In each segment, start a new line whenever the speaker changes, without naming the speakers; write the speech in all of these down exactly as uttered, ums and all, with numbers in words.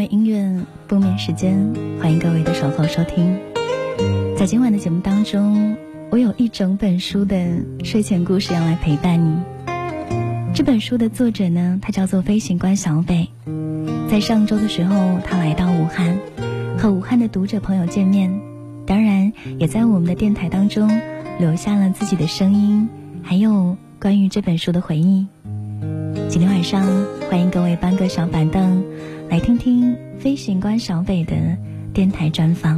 味音乐不眠时间，欢迎各位的守候收听。在今晚的节目当中，我有一整本书的睡前故事要来陪伴你。这本书的作者呢，他叫做飞行官小北。在上周的时候，他来到武汉，和武汉的读者朋友见面，当然也在我们的电台当中留下了自己的声音，还有关于这本书的回忆。今天晚上，欢迎各位搬个小板凳，来听听飞行官小北的电台专访。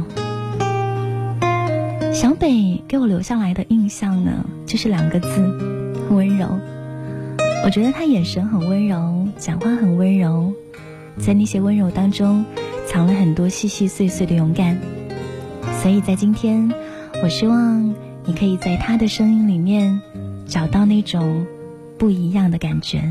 小北给我留下来的印象呢，就是两个字：温柔。我觉得他眼神很温柔，讲话很温柔，在那些温柔当中藏了很多细细碎碎的勇敢。所以在今天，我希望你可以在他的声音里面找到那种不一样的感觉。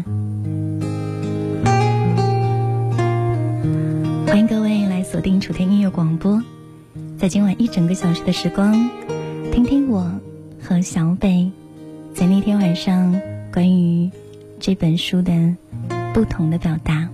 欢迎各位来锁定楚天音乐广播，在今晚一整个小时的时光，听听我和小北在那天晚上关于这本书的不同的表达。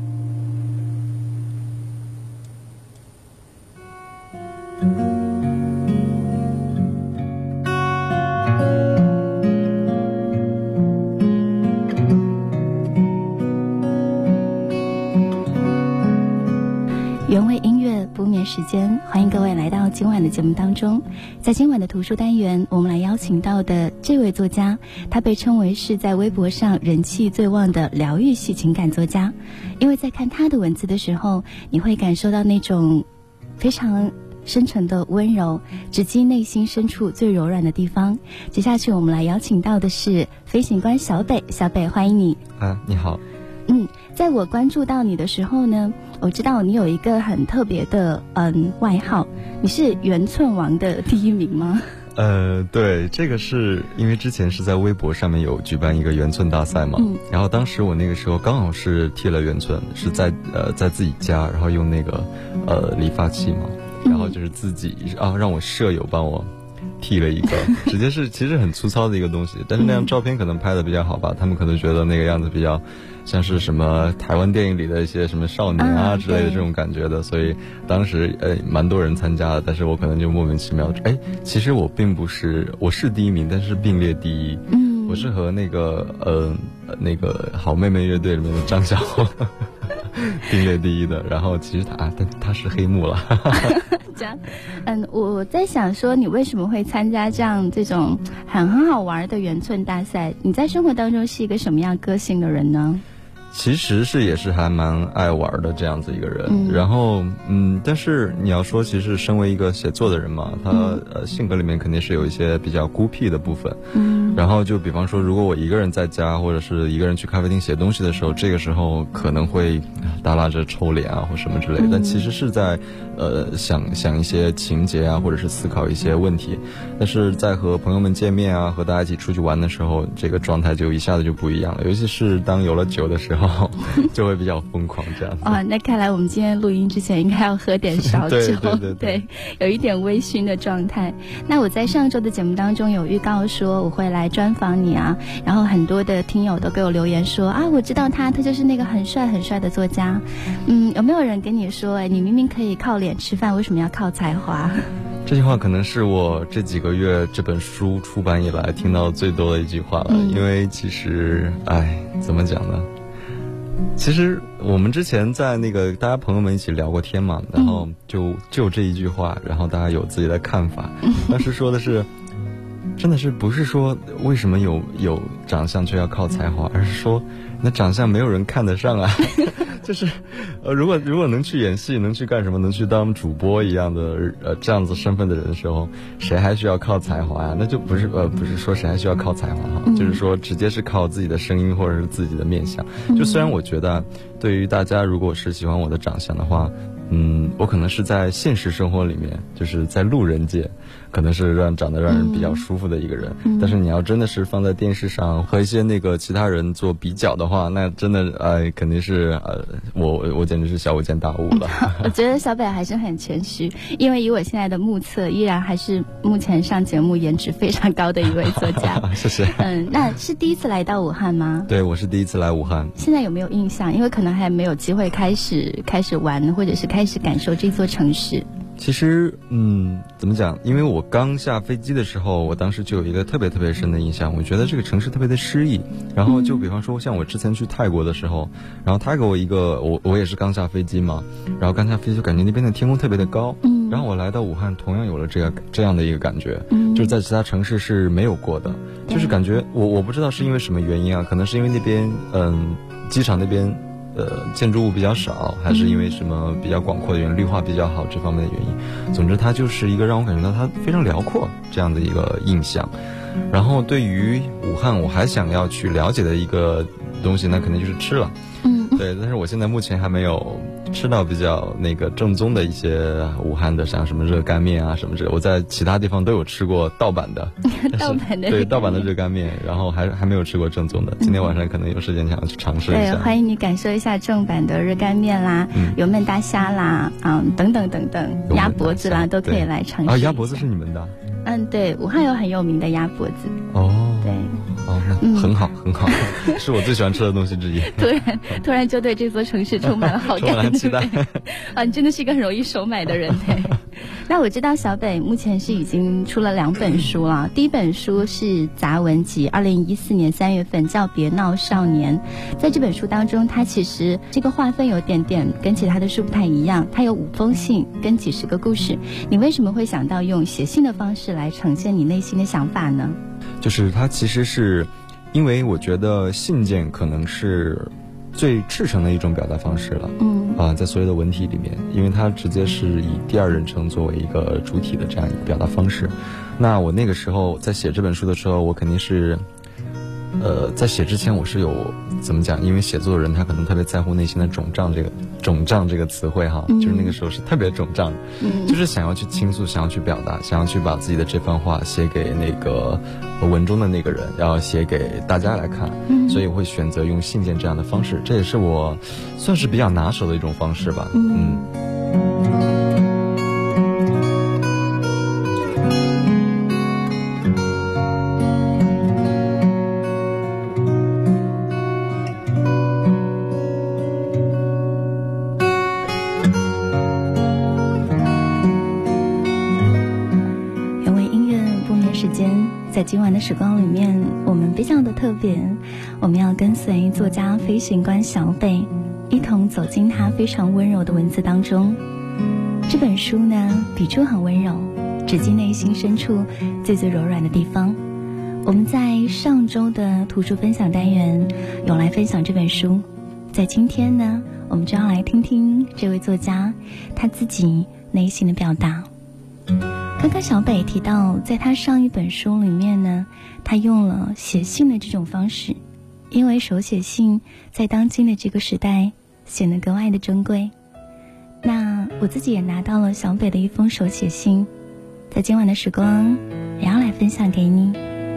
原味音乐不眠时间，欢迎各位来到今晚的节目当中。在今晚的图书单元，我们来邀请到的这位作家，他被称为是在微博上人气最旺的疗愈系情感作家。因为在看他的文字的时候，你会感受到那种非常深沉的温柔，直击内心深处最柔软的地方。接下去我们来邀请到的是飞行官小北。小北，欢迎你。
啊，你好。
嗯，在我关注到你的时候呢，我知道你有一个很特别的嗯外号，你是圆寸王的第一名吗？
呃，对，这个是因为之前是在微博上面有举办一个圆寸大赛嘛，嗯、然后当时我那个时候刚好是剃了圆寸，是在呃在自己家，然后用那个呃理发器嘛，然后就是自己、嗯、啊让我舍友帮我剃了一个，直接是其实很粗糙的一个东西，但是那张照片可能拍的比较好吧，他们可能觉得那个样子比较像是什么台湾电影里的一些什么少年啊之类的这种感觉的，所以当时呃蛮多人参加的，但是我可能就莫名其妙，哎，其实我并不是，我是第一名，但是并列第一，嗯，我是和那个呃那个好妹妹乐队里面的张小厚并列第一的，然后其实他啊，但他是黑幕了。
这样，嗯，我在想说，你为什么会参加这样这种很很好玩的圆寸大赛？你在生活当中是一个什么样个性的人呢？
其实是也是还蛮爱玩的这样子一个人，嗯、然后嗯，但是你要说，其实身为一个写作的人嘛，他、嗯、呃性格里面肯定是有一些比较孤僻的部分，嗯，然后就比方说，如果我一个人在家或者是一个人去咖啡厅写东西的时候，这个时候可能会耷拉着抽脸啊或什么之类的，嗯、但其实是在呃想想一些情节啊，或者是思考一些问题，但是在和朋友们见面啊，和大家一起出去玩的时候，这个状态就一下子就不一样了，尤其是当有了酒的时候。就会比较疯狂这样子
哦，那看来我们今天录音之前应该要喝点小酒，
对对 对, 对,
对，有一点微醺的状态。那我在上周的节目当中有预告说我会来专访你啊，然后很多的听友都给我留言说啊，我知道他，他就是那个很帅很帅的作家。嗯，有没有人跟你说，哎，你明明可以靠脸吃饭，为什么要靠才华？
这句话可能是我这几个月这本书出版以来听到最多的一句话了，嗯、因为其实，哎，怎么讲呢？其实我们之前在那个大家朋友们一起聊过天嘛，然后就就这一句话，然后大家有自己的看法。当时说的是，真的是不是说为什么有有长相却要靠才华，而是说那长相没有人看得上啊。就是呃，如果如果能去演戏，能去干什么，能去当主播一样的呃这样子身份的人的时候，谁还需要靠才华呀？那就不是呃不是说谁还需要靠才华哈，嗯、就是说直接是靠自己的声音或者是自己的面相。就虽然我觉得对于大家如果是喜欢我的长相的话，嗯，我可能是在现实生活里面，就是在路人界，可能是让长得让人比较舒服的一个人。嗯、但是你要真的是放在电视上和一些那个其他人做比较的话，那真的呃肯定是呃我我简直是小巫见大巫了。
我觉得小北还是很谦虚，因为以我现在的目测，依然还是目前上节目颜值非常高的一位作家。
谢谢。
嗯，那是第一次来到武汉吗？
对，我是第一次来武汉。
现在有没有印象？因为可能能还没有机会开始开始玩，或者是开始感受这座城市？
其实，嗯，怎么讲？因为我刚下飞机的时候，我当时就有一个特别特别深的印象，我觉得这个城市特别的诗意。然后就比方说，像我之前去泰国的时候，然后他给我一个，我我也是刚下飞机嘛，然后刚下飞机就感觉那边的天空特别的高。嗯。然后我来到武汉，同样有了这个这样的一个感觉，嗯，就是在其他城市是没有过的，就是感觉我我不知道是因为什么原因啊，可能是因为那边嗯机场那边。呃，建筑物比较少，还是因为什么比较广阔的原因，绿化比较好这方面的原因。总之，它就是一个让我感觉到它非常辽阔这样的一个印象。然后，对于武汉，我还想要去了解的一个东西，那肯定就是吃了。嗯，对，但是我现在目前还没有吃到比较那个正宗的一些武汉的，像什么热干面啊什么之类的。我在其他地方都有吃过盗版的，
盗版的
对盗版的热干面，然后还还没有吃过正宗的。今天晚上可能有时间想要去尝试一下。
对，欢迎你感受一下正版的热干面啦，嗯、油焖大虾啦，嗯，等等等等，鸭脖子啦，都可以来尝试。
啊，鸭脖子是你们的？
嗯，对，武汉有很有名的鸭脖子。
哦，
对。
哦，那很好，嗯、很好，是我最喜欢吃的东西之一。
突然，突然就对这座城市充满了好感，
充满了期待。
啊，你真的是一个很容易收买的人对。那我知道小北目前是已经出了两本书了，第一本书是杂文集，二零一四年三月份叫《别闹少年》。在这本书当中，它其实这个划分有点点跟其他的书不太一样，它有五封信跟几十个故事。你为什么会想到用写信的方式来呈现你内心的想法呢？
就是它其实是因为我觉得信件可能是最赤诚的一种表达方式了，嗯啊，在所有的文体里面，因为它直接是以第二人称作为一个主体的这样一个表达方式。那我那个时候在写这本书的时候，我肯定是呃在写之前我是有怎么讲，因为写作的人他可能特别在乎内心的肿胀，这个肿胀这个词汇哈，嗯、就是那个时候是特别肿胀，嗯、就是想要去倾诉，想要去表达，想要去把自己的这番话写给那个文中的那个人，要写给大家来看，嗯、所以我会选择用信件这样的方式，这也是我算是比较拿手的一种方式吧，嗯。嗯
在今晚的时光里面，我们非常的特别，我们要跟随作家飞行官小北一同走进他非常温柔的文字当中。这本书呢，笔触很温柔，直击内心深处最最柔软的地方。我们在上周的图书分享单元有来分享这本书，在今天呢，我们就要来听听这位作家他自己内心的表达。刚刚小北提到，在他上一本书里面呢，他用了写信的这种方式，因为手写信在当今的这个时代显得格外的珍贵。那我自己也拿到了小北的一封手写信，在今晚的时光也要来分享给你。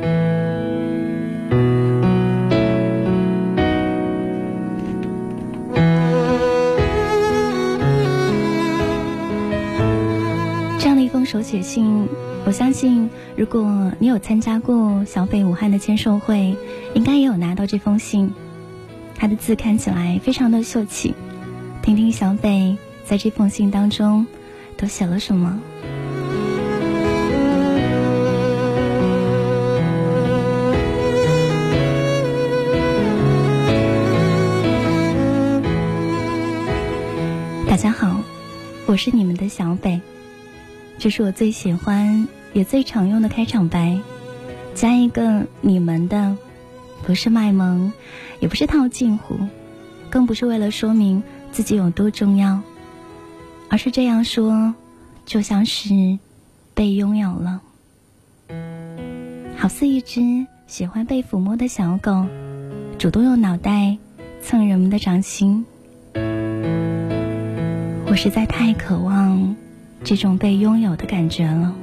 手写信，我相信如果你有参加过小北武汉的签售会，应该也有拿到这封信。他的字看起来非常的秀气，听听小北在这封信当中都写了什么。大家好，我是你们的小北，这是我最喜欢也最常用的开场白，加一个你们的，不是卖萌，也不是套近乎，更不是为了说明自己有多重要，而是这样说就像是被拥有了，好似一只喜欢被抚摸的小狗，主动用脑袋蹭人们的掌心。我实在太渴望这种被拥有的感觉了，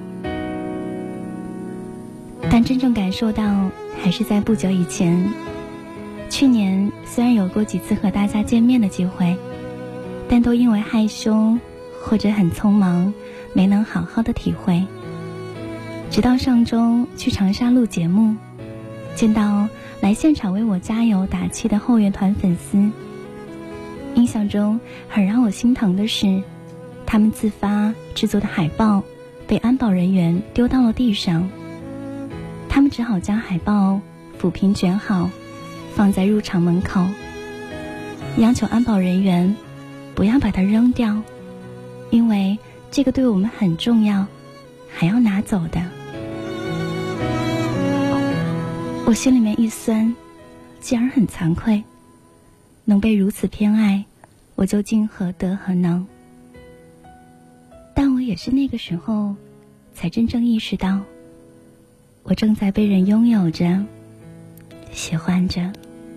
但真正感受到还是在不久以前。去年虽然有过几次和大家见面的机会，但都因为害羞或者很匆忙，没能好好的体会。直到上周去长沙录节目，见到来现场为我加油打气的后援团粉丝， 印象中很让我心疼的是，他们自发制作的海报被安保人员丢到了地上，他们只好将海报抚平卷好，放在入场门口，要求安保人员不要把它扔掉，因为这个对我们很重要，还要拿走的。我心里面一酸，继而很惭愧，能被如此偏爱，我究竟何德何能？但我也是那个时候才真正意识到，我正在被人拥有着，喜欢着。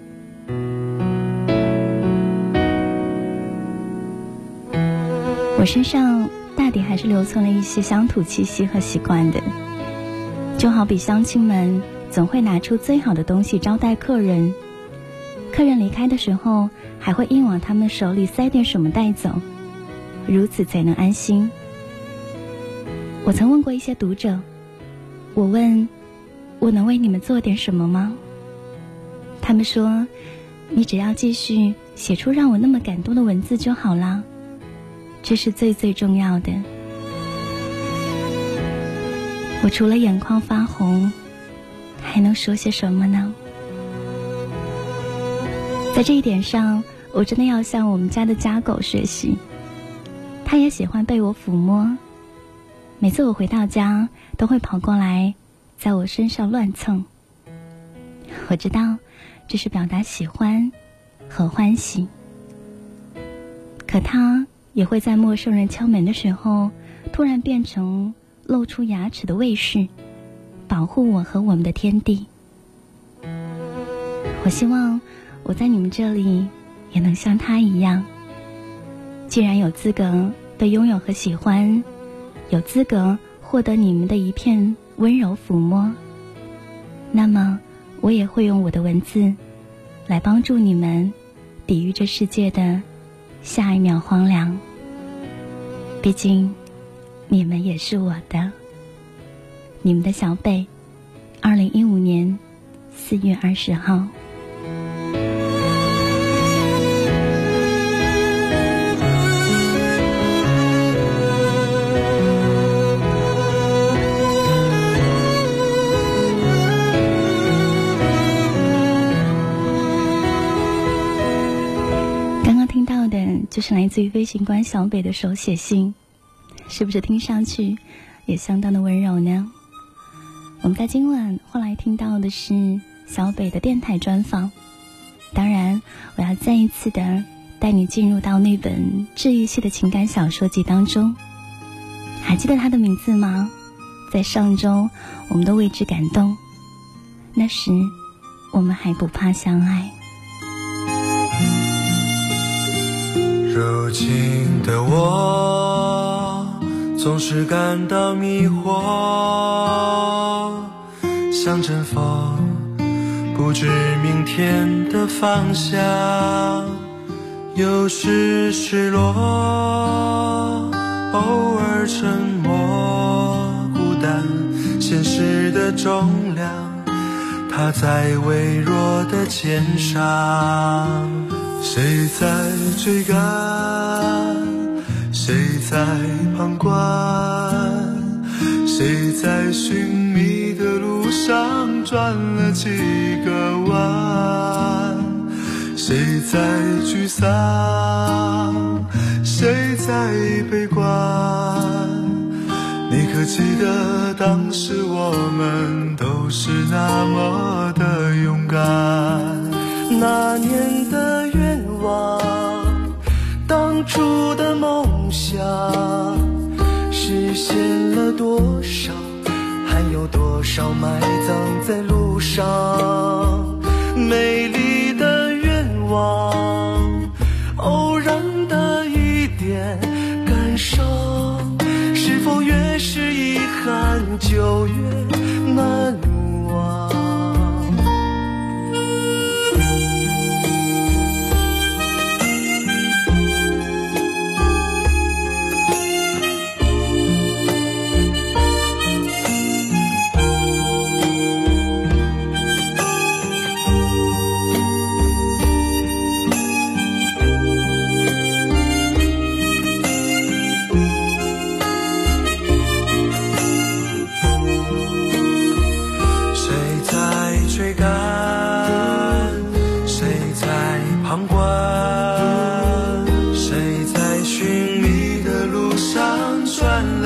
我身上大抵还是留存了一些乡土气息和习惯的，就好比乡亲们总会拿出最好的东西招待客人，客人离开的时候还会硬往他们手里塞点什么带走，如此才能安心。我曾问过一些读者，我问我能为你们做点什么吗？他们说，你只要继续写出让我那么感动的文字就好了，这是最最重要的。我除了眼眶发红，还能说些什么呢？在这一点上，我真的要向我们家的家狗学习，它也喜欢被我抚摸，每次我回到家都会跑过来在我身上乱蹭。我知道这是表达喜欢和欢喜，可它也会在陌生人敲门的时候突然变成露出牙齿的卫士，保护我和我们的天地。我希望我在你们这里也能像他一样，既然有资格被拥有和喜欢，有资格获得你们的一片温柔抚摸，那么我也会用我的文字来帮助你们抵御这世界的下一秒荒凉。毕竟你们也是我的。你们的小贝，二零一五年四月二十号。刚刚听到的就是来自于飞行官小北的手写信，是不是听上去也相当的温柔呢？我们在今晚后来听到的是小北的电台专访，当然我要再一次的带你进入到那本治愈系的情感小说集当中。还记得他的名字吗？在上周我们都为之感动，那时我们还不怕相爱。
如今的我总是感到迷惑，像阵风不知明天的方向，有时失落，偶尔沉默，孤单现实的重量踏在微弱的肩上，谁在追赶，谁在旁观，谁在寻觅的路上转了几个弯，谁在沮丧，谁在悲观，你可记得当时我们都是那么的勇敢，那年的愿望，当初的梦想，实现了多少，还有多少埋葬在路上，美丽的愿望，偶然的一点感伤，是否越是遗憾就越难忘。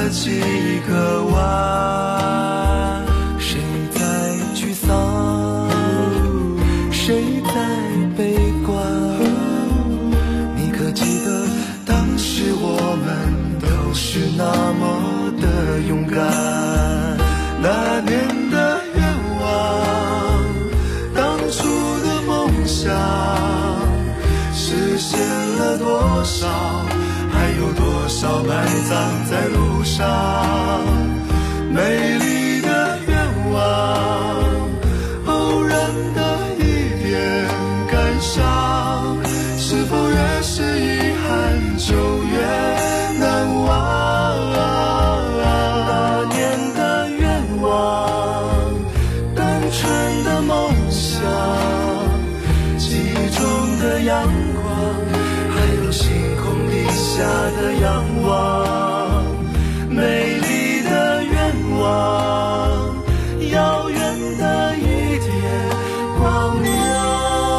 的几个弯，谁在沮丧，谁在悲观，你可记得当时我们都是那么的勇敢，那年的愿望，当初的梦想，实现了多少，还有多少埋葬在路上，美丽的愿望，偶然的一点感伤，是否越是遗憾就越难忘。那年的愿望，单纯的梦想，记忆中的阳光，还有星空底下的仰望，美丽的愿望，遥远的一点光亮，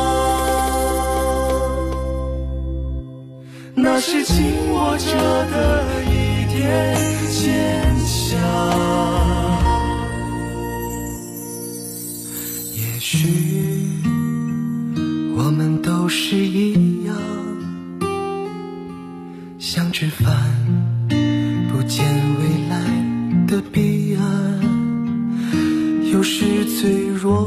那是紧握着的一点坚强。也许我们都是一样，想吃饭不见未来的彼岸，有时脆弱，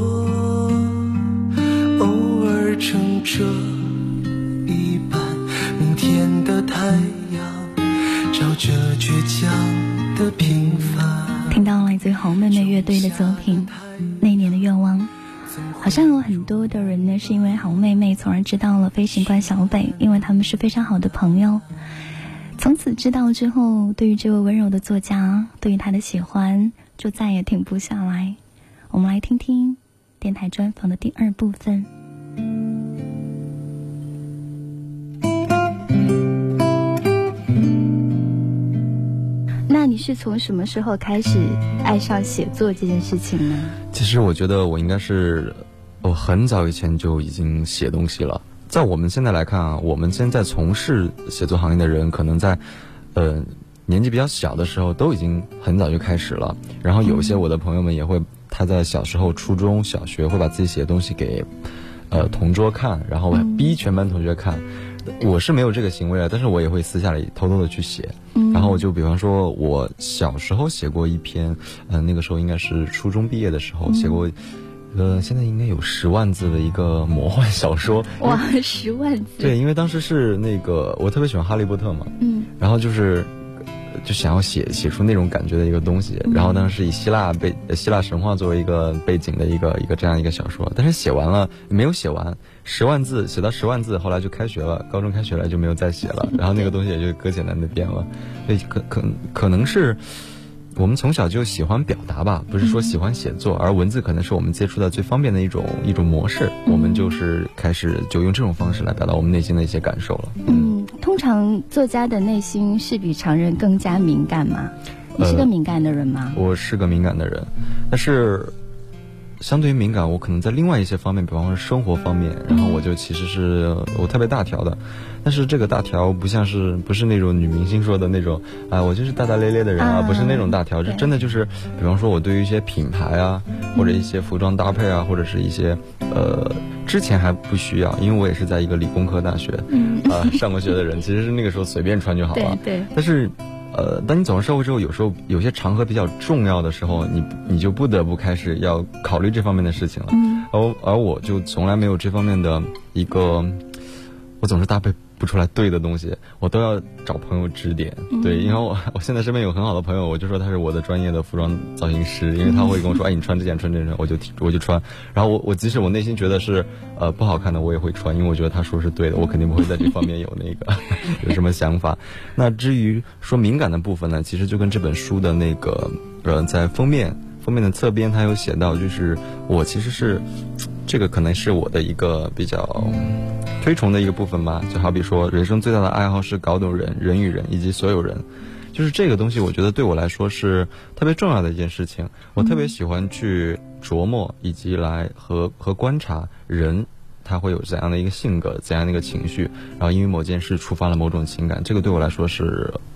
偶尔撑着一半，明天的太阳照着倔强的平凡。
听到来自于红妹妹乐队的作品《那年的愿望》，好像有很多的人呢是因为红妹妹从而知道了飞行官小北，因为他们是非常好的朋友。从此知道之后，对于这位温柔的作家，对于他的喜欢就再也停不下来。我们来听听电台专访的第二部分。那你是从什么时候开始爱上写作这件事情呢？
其实我觉得我应该是我很早以前就已经写东西了。在我们现在来看啊，我们现在从事写作行业的人，可能在呃年纪比较小的时候都已经很早就开始了。然后有一些我的朋友们也会，他在小时候初中小学会把自己写的东西给呃同桌看，然后逼全班同学看。我是没有这个行为的，但是我也会私下里偷偷的去写。然后我就比方说我小时候写过一篇呃那个时候应该是初中毕业的时候写过呃，现在应该有十万字的一个魔幻小说。
哇，十万字！
对，因为当时是那个我特别喜欢哈利波特嘛，嗯，然后就是就想要写写出那种感觉的一个东西，嗯、然后当时以希腊背希腊神话作为一个背景的一个一个这样一个小说，但是写完了没有写完，十万字写到十万字，后来就开学了，高中开学了就没有再写了，然后那个东西也就搁简单的边了，所以可可可能是。我们从小就喜欢表达吧，不是说喜欢写作，而文字可能是我们接触到最方便的一种一种模式，我们就是开始就用这种方式来表达我们内心的一些感受了。
嗯，通常作家的内心是比常人更加敏感吗？你是个敏感的人吗？
呃、我是个敏感的人，但是相对于敏感，我可能在另外一些方面，比方说生活方面，然后我就其实是我特别大条的，但是这个大条不像是不是那种女明星说的那种啊、呃，我就是大大咧咧的人啊，啊不是那种大条，是真的就是，比方说我对于一些品牌啊，或者一些服装搭配啊，或者是一些呃，之前还不需要，因为我也是在一个理工科大学啊、嗯呃、上过学的人，其实是那个时候随便穿就好了，
对对，
但是。呃，当你走上社会之后，有时候有些场合比较重要的时候，你你就不得不开始要考虑这方面的事情了。嗯，而而我就从来没有这方面的一个，我总是搭配不出来对的东西，我都要找朋友指点。嗯、对，因为我我现在身边有很好的朋友，我就说他是我的专业的服装造型师，因为他会跟我说，哎，你穿这件穿这件，我就我就穿。然后我我即使我内心觉得是呃不好看的，我也会穿，因为我觉得他说是对的，我肯定不会在这方面有那个有什么想法。那至于说敏感的部分呢，其实就跟这本书的那个呃在封面封面的侧边，它有写到，就是我其实是。这个可能是我的一个比较推崇的一个部分吧，就好比说人生最大的爱好是搞懂人人与人以及所有人，就是这个东西我觉得对我来说是特别重要的一件事情，我特别喜欢去琢磨以及来和和观察人他会有怎样的一个性格，怎样的一个情绪，然后因为某件事触发了某种情感，这个对我来说是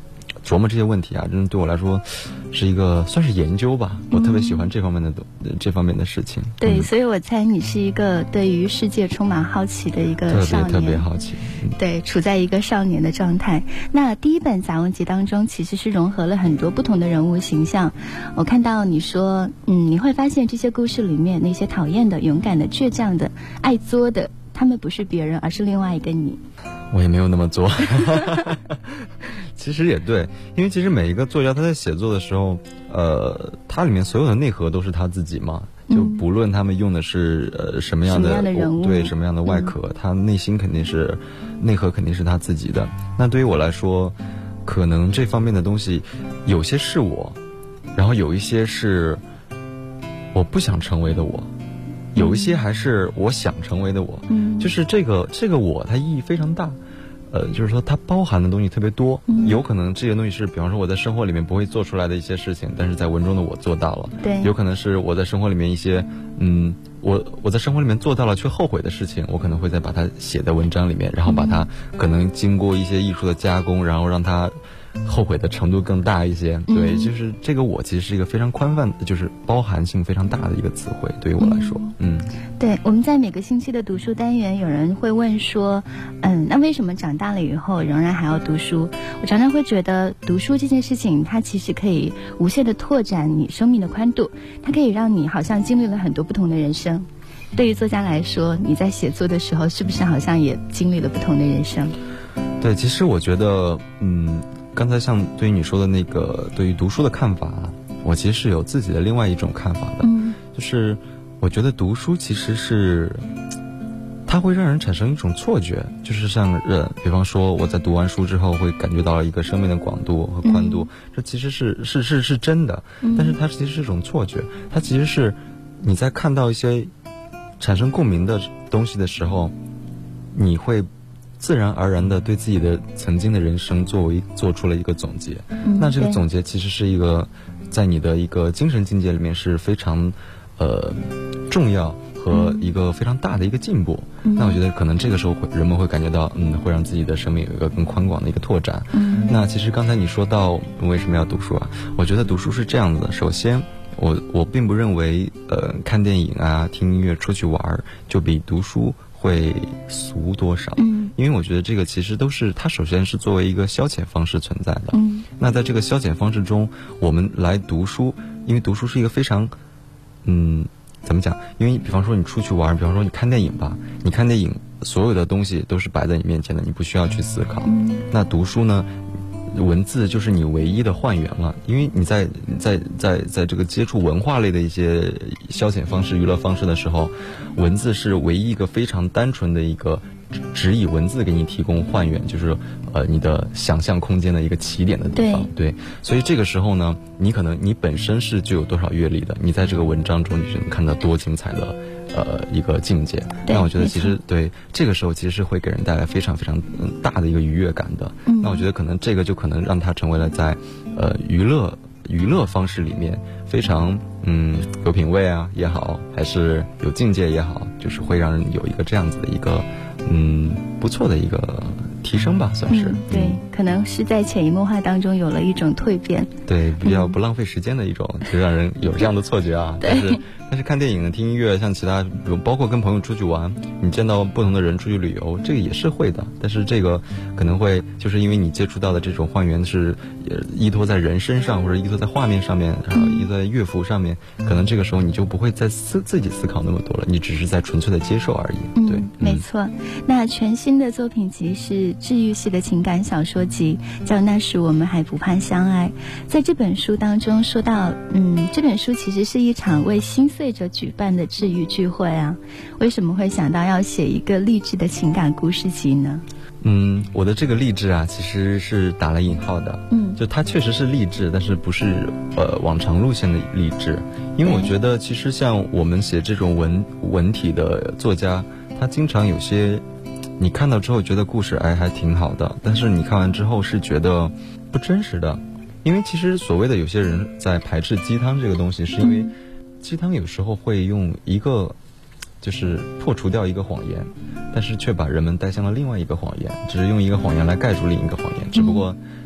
琢磨这些问题啊，真的对我来说是一个算是研究吧。我特别喜欢这方面的、嗯、这方面的事情。
对、
嗯，
所以我猜你是一个对于世界充满好奇的一个少年，
特别特别好奇。嗯、
对，处在一个少年的状态。那第一本杂文集当中其实是融合了很多不同的人物形象。我看到你说，嗯，你会发现这些故事里面那些讨厌的、勇敢的、倔强的、爱作的，他们不是别人，而是另外一个你。
我也没有那么做。其实也对，因为其实每一个作家他在写作的时候，呃，他里面所有的内核都是他自己嘛，就不论他们用的是呃什么样的，
什么样的人物，
对什么样的外壳，嗯、他内心肯定是内核肯定是他自己的。那对于我来说，可能这方面的东西有些是我，然后有一些是我不想成为的我。有一些还是我想成为的我，嗯，就是这个这个我，它意义非常大，呃，就是说它包含的东西特别多，嗯、有可能这些东西是，比方说我在生活里面不会做出来的一些事情，但是在文中的我做到了，
对，
有可能是我在生活里面一些，嗯，我我在生活里面做到了却后悔的事情，我可能会再把它写在文章里面，然后把它可能经过一些艺术的加工，然后让它后悔的程度更大一些。对，嗯、就是这个我其实是一个非常宽泛，就是包含性非常大的一个词汇，对于我来说，嗯，嗯
对，我们在每个星期的读书单元，有人会问说，嗯，那为什么长大了以后仍然还要读书？我常常会觉得，读书这件事情，它其实可以无限的拓展你生命的宽度，它可以让你好像经历了很多不同的人生。对于作家来说，你在写作的时候，是不是好像也经历了不同的人生？
对，其实我觉得，嗯。刚才像对于你说的那个对于读书的看法，我其实是有自己的另外一种看法的，嗯，就是我觉得读书其实是它会让人产生一种错觉，就是像呃，比方说我在读完书之后会感觉到了一个生命的广度和宽度，嗯、这其实是是是是真的，嗯、但是它其实是一种错觉，它其实是你在看到一些产生共鸣的东西的时候，你会自然而然的对自己的曾经的人生作为做出了一个总结，嗯、那这个总结其实是一个在你的一个精神境界里面是非常呃重要和一个非常大的一个进步，嗯、那我觉得可能这个时候会人们会感觉到嗯会让自己的生命有一个更宽广的一个拓展。嗯、那其实刚才你说到为什么要读书啊，我觉得读书是这样子的，首先我我并不认为呃看电影啊听音乐出去玩就比读书会俗多少，嗯，因为我觉得这个其实都是它首先是作为一个消遣方式存在的，嗯，那在这个消遣方式中，我们来读书，因为读书是一个非常，嗯，怎么讲？因为比方说你出去玩，比方说你看电影吧，你看电影所有的东西都是摆在你面前的，你不需要去思考，嗯，那读书呢？文字就是你唯一的还原了，因为你在在在在这个接触文化类的一些消遣方式、娱乐方式的时候，文字是唯一一个非常单纯的一个只以文字给你提供还原，就是呃你的想象空间的一个起点的地方。对，对，所以这个时候呢，你可能你本身是具有多少阅历的，你在这个文章中你是能看到多精彩的呃一个境界。那我觉得其实对这个时候其实是会给人带来非常非常大的一个愉悦感的。嗯、那我觉得可能这个就可能让它成为了在呃娱乐娱乐方式里面非常嗯有品位啊也好，还是有境界也好，就是会让人有一个这样子的一个嗯不错的一个提升吧，算是、
嗯、对、嗯，可能是在潜移默化当中有了一种蜕变，
对，比较不浪费时间的一种，嗯、就让人有这样的错觉啊。但是但是看电影呢、听音乐，像其他，比如包括跟朋友出去玩，你见到不同的人出去旅游，这个也是会的。但是这个可能会就是因为你接触到的这种还原是依托在人身上，或者依托在画面上面，然后依托在乐符上面，可能这个时候你就不会再思自己思考那么多了，你只是在纯粹的接受而已。对，
嗯、没错。那全新的作品集是治愈系的情感小说集，叫《那时我们还不怕相爱》。在这本书当中说到，嗯，这本书其实是一场为心碎者举办的治愈聚会啊。为什么会想到要写一个励志的情感故事集呢？
嗯，我的这个励志啊，其实是打了引号的。嗯，就它确实是励志，但是不是呃往常路线的励志。因为我觉得，其实像我们写这种文文体的作家，他经常有些你看到之后觉得故事哎还挺好的，但是你看完之后是觉得不真实的。因为其实所谓的有些人在排斥鸡汤这个东西，是因为鸡汤有时候会用一个就是破除掉一个谎言，但是却把人们带向了另外一个谎言，只是用一个谎言来盖住另一个谎言。只不过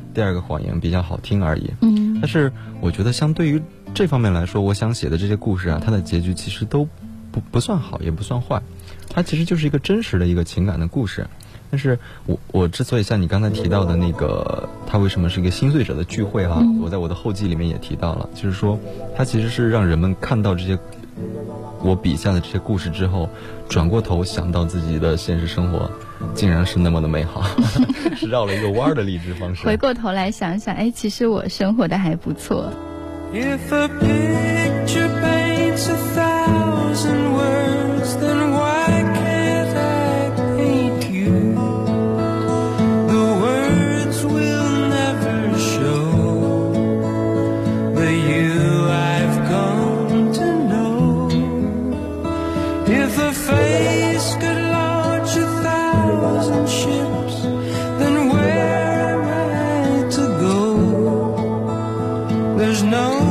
第二个谎言比较好听而已。
嗯，
但是我觉得相对于这方面来说，我想写的这些故事啊，它的结局其实都不不算好，也不算坏，它其实就是一个真实的一个情感的故事。但是我我之所以像你刚才提到的那个，它为什么是一个心碎者的聚会啊？嗯、我在我的后记里面也提到了，就是说它其实是让人们看到这些我笔下的这些故事之后，转过头想到自己的现实生活竟然是那么的美好，是绕了一个弯的励志方式。
回过头来想想，哎，其实我生活的还不错。
If a picture paints a thousand words, then why can't I paint you? The words will never show the you I've come to know. If a face could launch a thousand ships, then where am I to go? There's no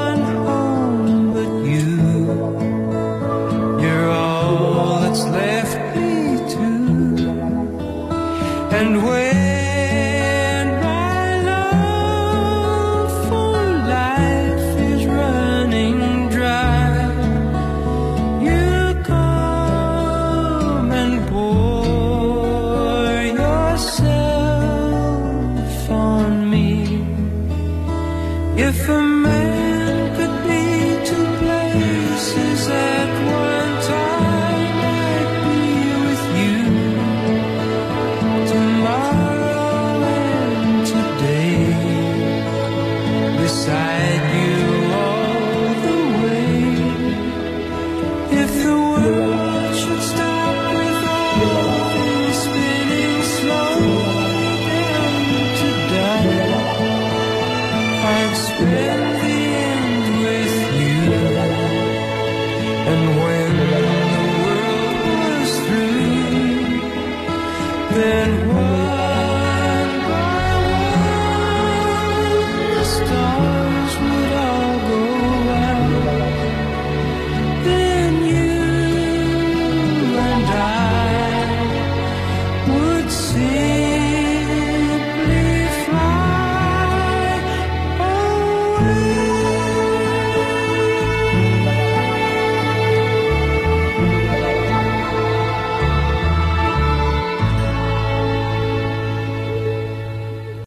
and when my love for life is running dry, you come and pour yourself on me. If a man could be two places at one time, I'd be with you tomorrow and today, beside you all the way. If the world should stop with all things spinning slowly down to die, I'd spend